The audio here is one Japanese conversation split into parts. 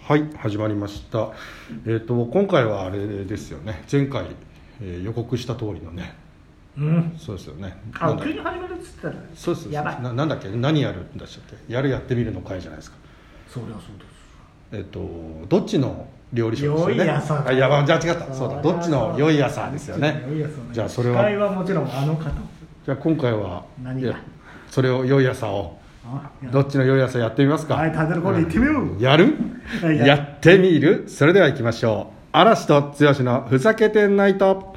はい、始まりました。今回はあれですよね。前回、予告した通りのね。そうですよね。 急に始めるっつったら。 そうです。 やばい。 なんだっけ、何やるんだっけ。やってみるの回じゃないですか。 そりゃそうです。 どっちの料理ショーですよね。 良い朝。 じゃあ違った。そうだ。どっちの良い朝ですよね。じゃあそれは。 司会はもちろんあの方。 じゃあ今回はそれを良い朝を。どっちの良い朝やってみますか。 はい、タイトルコール行ってみよう。 やる？やってみる？それでは行きましょう。嵐と剛のふざけてんナイト。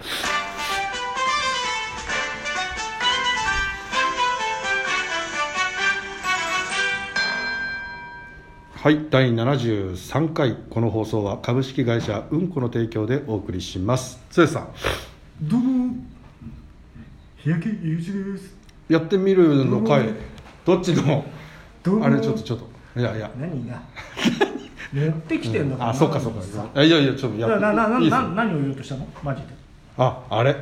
はい、第73回。この放送は株式会社うんこの提供でお送りします。剛さん。 どうも。日焼けゆうじです。 やってみるの回。どっちのあれちょっといや何が持ってきてんのかな、 そうかいやちょっと何を言おうとしたのマジで。 あれ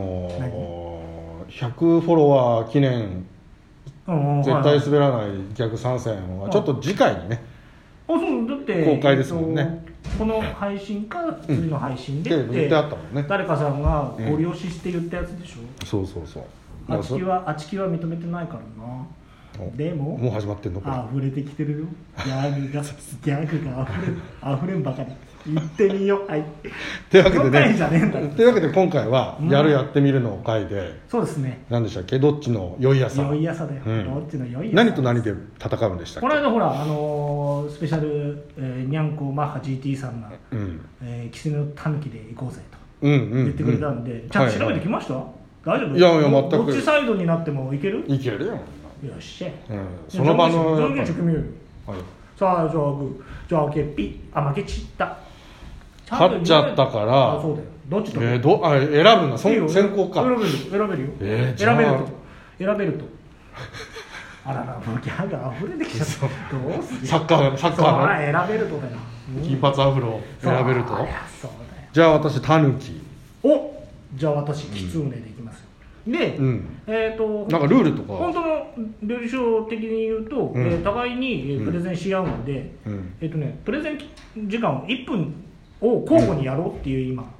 100フォロワー記念絶対滑らない逆参戦はちょっと次回にねそうだって公開ですもんね。 この配信か次の配信でって言ってあったもんね。 誰かさんがご利用しして言ったやつでしょ。 そうあちきは認めてないからな。でももう始まってんのこれ。 溢れてきてるよ。ギャグが溢れんばかり。言ってみよう。はい。 というわけでね。 というわけで今回はやってみるの回で。 そうですね。 何でしたっけ？どっちの良い朝。 良い朝だよ。どっちの良い朝。 何と何で戦うんでしたっけ？ この間ほらスペシャルニャンコマッハ GT さんがキツネのタヌキで行こうぜと言ってくれたんで、ちゃんと調べてきました？大丈夫？ いや全く。 どっちサイドになってもいける？ いけるよ。 よっしゃ。 その場の上下直入。さあじゃあ負けちった。 勝っちゃったから。 そうだよ。どっちと？ 選ぶの先行か。 選べるよ。選べると。あらら、ギャグ溢れてきちゃった。どうする？ サッカーの。 選べるとだよ。 金髪アフロ選べると。 そうだよ。 じゃあ私タヌキ。 じゃあ私キツネでいきますよ。で、 なんかルールとか本当の料理書的に言うと、互いにプレゼンし合うので、プレゼン時間を1分を交互にやろうっていう今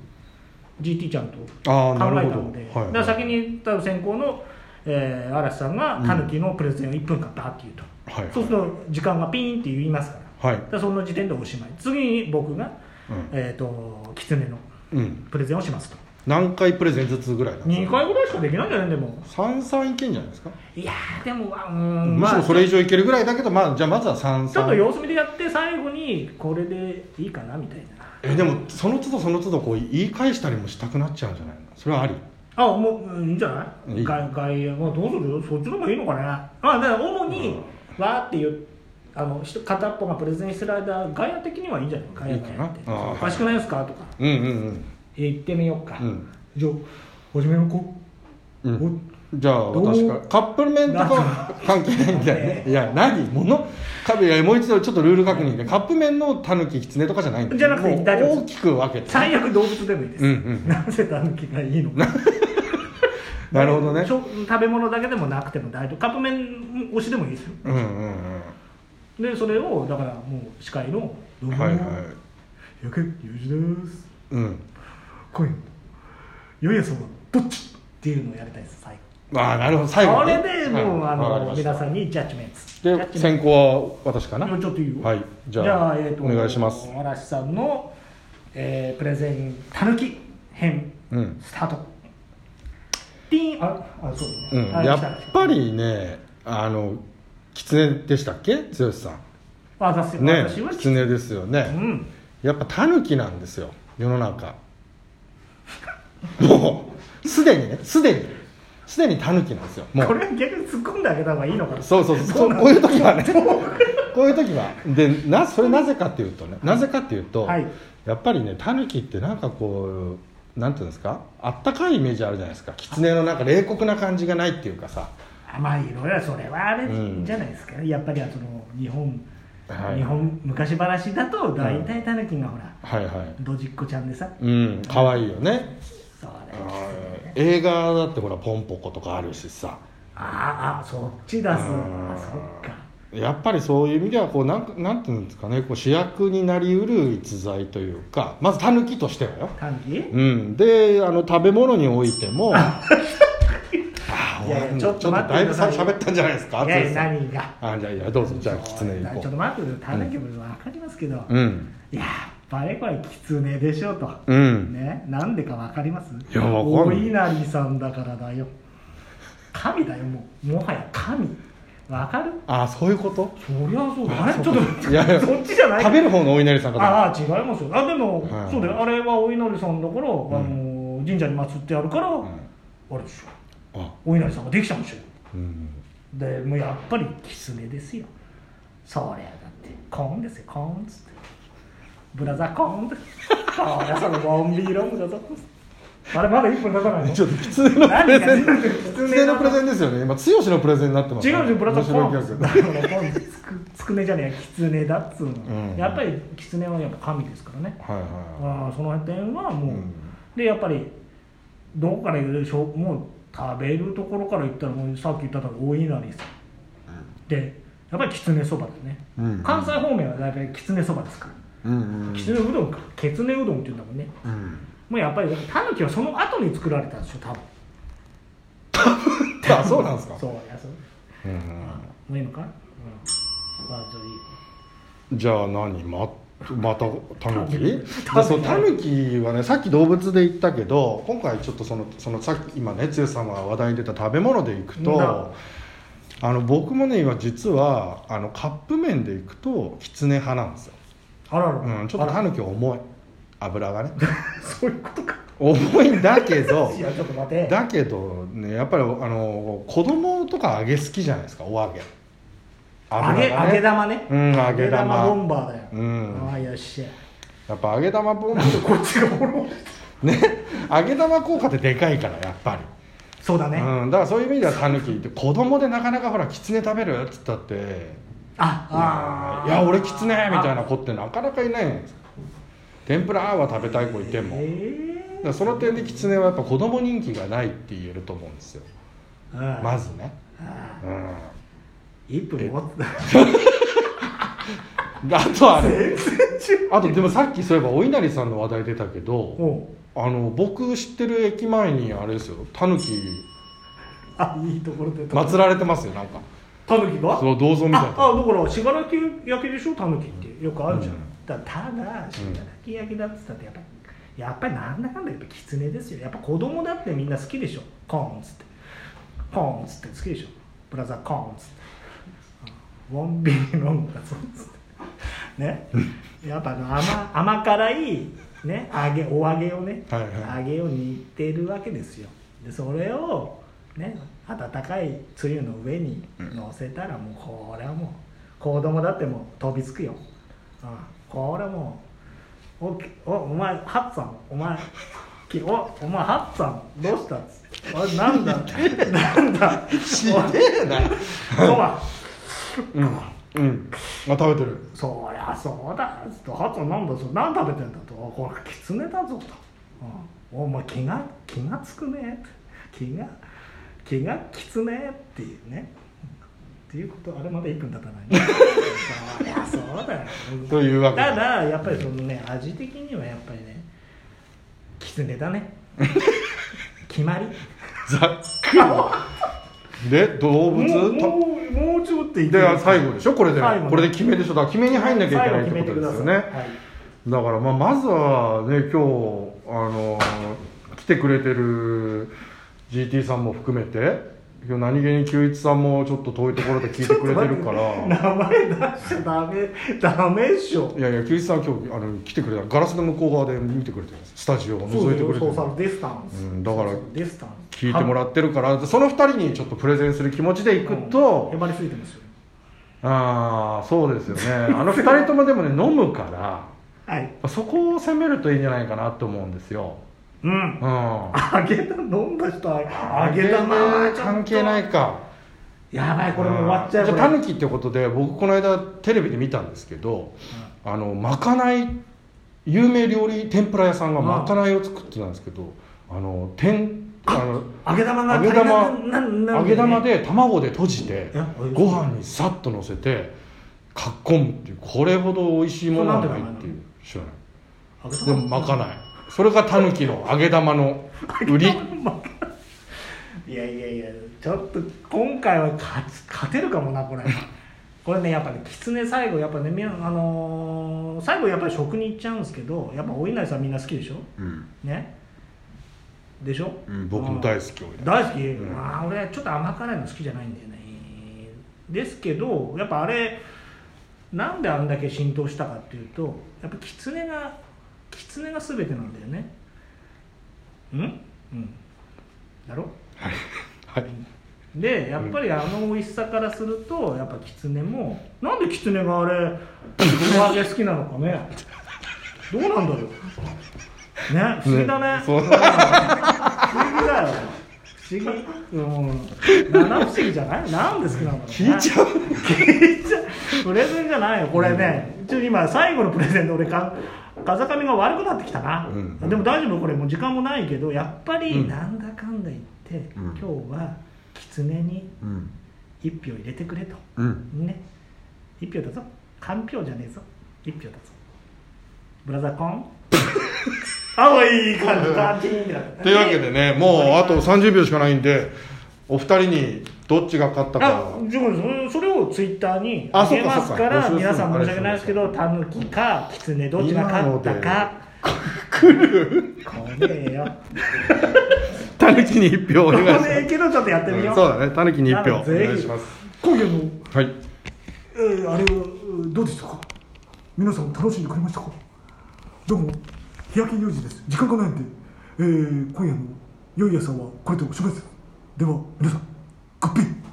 GT ちゃんと考えたので、だから先に多分先行の嵐さんがタヌキのプレゼンを1分間バーって言うと、そうすると時間がピーンって言いますから、その時点でおしまい。次に僕がキツネのプレゼンをしますと。 何回プレゼンずつぐらいなんですか ？2回ぐらいしかできないんじゃない？でも 3いけんじゃないですか？ いやでもむしろそれ以上いけるぐらいだけど、じゃあまずは3 ちょっと様子見でやって最後にこれでいいかなみたいな。 でもその都度こう言い返したりもしたくなっちゃうんじゃないの？それはあり？ もういいんじゃない？外野どうするよ？そっちの方がいいのかね。だから主にわーっていう片っぽがプレゼンしてる間、外野的にはいいんじゃない？ いいかな。 おかしくないですかとか言ってみようか。じゃあ始めようか。 じゃあ私からカップ麺とか関係ないんだよね。いやもう一度ちょっとルール確認で、カップ麺のタヌキキツネとかじゃないんだよ。 じゃなくて大丈夫です。 大きく分けて最悪動物でもいいです。なぜタヌキがいいのか。 なるほどね。 食べ物だけでもなくても大丈夫。カップ麺推しでもいいですよ。でそれをだからもう司会の「どうもよけゆうじです」今夜良い朝はどっちっていうのをやりたいです。最後。 なるほど。最後それでもう皆さんにジャッジメントで先行は私かな。 ちょっといいよ。 じゃあお願いします。 嵐さんのプレゼンたぬき編スタート。ティーンそうだね。やっぱりねキツネでしたっけ？剛さん。 私はキツネですよね。やっぱタヌキなんですよ世の中。もうすでにタヌキなんですよ。もうこれ逆に突っ込んであげた方がいいのかな。 そうこういう時はねこういう時はでそれなぜかっていうと、やっぱりねタヌキってなんかこうなんていうんですか、あったかいイメージあるじゃないですか。キツネのなんか冷酷な感じがないっていうかさ。 いろいろそれはあれじゃないですか。やっぱり日本昔話だと大体タヌキがほらドジっ子ちゃんでさ、 可愛いよね。 そう映画だってほらポンポコとかあるしさ。 そっち出す。そっか。 やっぱりそういう意味ではこうなんていうんですかね、こう主役になりうる逸材というか、まずタヌキとしてはよ。 タヌキ？ で食べ物においてもいやちょっと待ってだいぶ喋ったんじゃないですか。 いや何が。 じゃあどうぞ。じゃあキツネ行こう。 ちょっと待ってください。タヌキも分かりますけど、やっぱりこれキツネでしょと。ね、なんでか分かります？ いや分かんない。 お稲荷さんだからだよ。神だよ、もはや神。わかる？ そういうこと？ そりゃそうだ。あれちょっとそっちじゃない。 食べる方のお稲荷さんかと。 違いますよ。でも、そうだよ。あれはお稲荷さんだから、神社に祀ってあるから、あれでしょ。お稲荷さんができたんですよ。でもうやっぱり狐ですよ。そりゃだってコーンですよ、コーンっつって。ブラザーコーンって。そりゃそのボンビーロンブラザーコーン。あれまだ1分経たないの？ ちょっとキツネのプレゼン、キツネのプレゼンですよね。今剛のプレゼンになってます、 違うよ、ブラザーコーン。つくねじゃねえ、キツネだっつうの。やっぱりキツネはやっぱ神ですからね。その点はもう、でやっぱりどこから言うでしょう、もう食べるところから言ったらもうさっき言ったとお稲荷さんで、やっぱりきつねそばだね。関西方面はだいたいきつねそばですから。きつねうどんか、けつねうどんっていうんだもんね。もうやっぱりタヌキはその後に作られたんですよ、多分。 そうなんですか。 そうやそう。もういいのか？ じゃあ何またタヌキ？そうタヌキはね、さっき動物で言ったけど、今回ちょっとそのさっき今ね剛さんが話題に出た食べ物でいくと、僕もね今実はカップ麺でいくときつね派なんですよ。ちょっとタヌキ重い、油がね。 そういうことか。 重いんだけどいやちょっと待て。 だけどね、やっぱり子供とか揚げ好きじゃないですか、お揚げ。 揚げ玉ね。 揚げ玉ボンバーだよ。よっしゃ。 やっぱ揚げ玉ボンバー。 こっちがフォローね、揚げ玉効果ってでかいからやっぱり。 そうだね。 だからそういう意味ではタヌキって子供でなかなかほらキツネ食べるっつったって、いや俺キツネみたいな子ってなかなかいないんですよ。天ぷらは食べたい子いても。だからその点でキツネはやっぱ子供人気がないって言えると思うんですよ。まずね。 1分持ってあとでもさっきそういえばお稲荷さんの話題出たけど、僕知ってる駅前にあれですよ、タヌキいいところで祀られてますよ。なんかタヌキがそう銅像みたいな。 だから信楽焼きでしょ、タヌキってよくあるじゃん。ただ信楽焼きだっつったってやっぱりなんだかんだやっぱキツネですよ。やっぱ子供だってみんな好きでしょ。コーンっつってコーンっつって好きでしょ。ブラザーコーンっつってウォンビーロングだそうっつってね。やっぱ甘辛いね、お揚げをね、揚げを煮てるわけですよ。でそれをね、温かいつゆの上に乗せたらもうこれはもう子供だってもう飛びつくよ。これはもうお前ハッツァンお前ハッツァンどうしたっつって、なんだひでえな。 そうだ。 食べてる。 そりゃそうだっつって、ハッツァンなんだぞ、何食べてんだと、これキツネだぞと、お前気がつくねって、気がきつねっていうね。っていうこと、あれまだ1分経たないね。そりゃそうだよ。 というわけで。 ただやっぱりそのね、味的にはやっぱりね、きつねだね。決まり。 ざっくり。で動物もうちょっといってで最後でしょ、これで決めでしょ。だから決めに入んなきゃいけないってことですよね。だからまずはね、今日来てくれてる GT さんも含めて、今日何気に九一さんもちょっと遠いところで聞いてくれてるから名前出しちゃダメっしょ。 いや九一さん今日来てくれた、ガラスの向こう側で見てくれてるんです、スタジオを覗いてくれてる。 そうデスタンス、 だから聞いてもらってるから、その2人にちょっとプレゼンする気持ちでいくと、 へばりついてますよ。 そうですよね。2人ともでもね飲むから、 はい、 そこを攻めるといいんじゃないかなと思うんですよ。 揚げ玉飲んだ人は揚げ玉関係ないか。 やばい、これもう終わっちゃう。 じゃあタヌキってことで、僕この間テレビで見たんですけど、まかない有名料理天ぷら屋さんがまかないを作ってたんですけど、天揚げ玉が揚げ玉で卵で閉じてご飯にさっと乗せてかっこむっていう、これほど美味しいものはないっていう。知らない。でもまかない。それがたぬきの揚げ玉の売り。 いやちょっと今回は勝てるかもな、これ。これね、やっぱね、きつね最後やっぱね、最後やっぱり食に行っちゃうんですけど、やっぱお稲荷さんみんな好きでしょ、ねでしょ、 僕も大好き。 大好き、俺ちょっと甘辛いの好きじゃないんだよね。ですけどやっぱあれなんであんだけ浸透したかっていうと、やっぱきつねが全てなんだよね。だろ。 はい。 でやっぱりあの美味しさからすると、やっぱきつねも、なんできつねがあれ黒揚げ好きなのかね。どうなんだろうね。不思議だね。不思議だよ。不思議。七不思議じゃない？なんで好きなんだろうね。 聞いちゃう。 プレゼンじゃないよこれね。今最後のプレゼンで俺風上が悪くなってきたな。でも大丈夫、これもう時間もないけど、やっぱりなんだかんだ言って、今日はきつねに1票入れてくれと、ね、1票だぞ、半票じゃねえぞ、1票だぞ、ブラザーコンいい感じだ。というわけでね、もうあと30秒しかないんで、お二人にどっちが勝ったか、 それをツイッターにあげますから、皆さん申し訳ないですけど、たぬきかきつねどっちが勝ったか来るこれよたぬきに1票お願いします。 これけどちょっとやってみよう。 そうだね、たぬきに1票お願いします。 今夜のはい、 あれはどうでしたか。皆さん楽しんでくれましたか。どうも日焼け4時です。時間がないんで、今夜の良い朝はこれでおしまいです。では皆さんグッピー。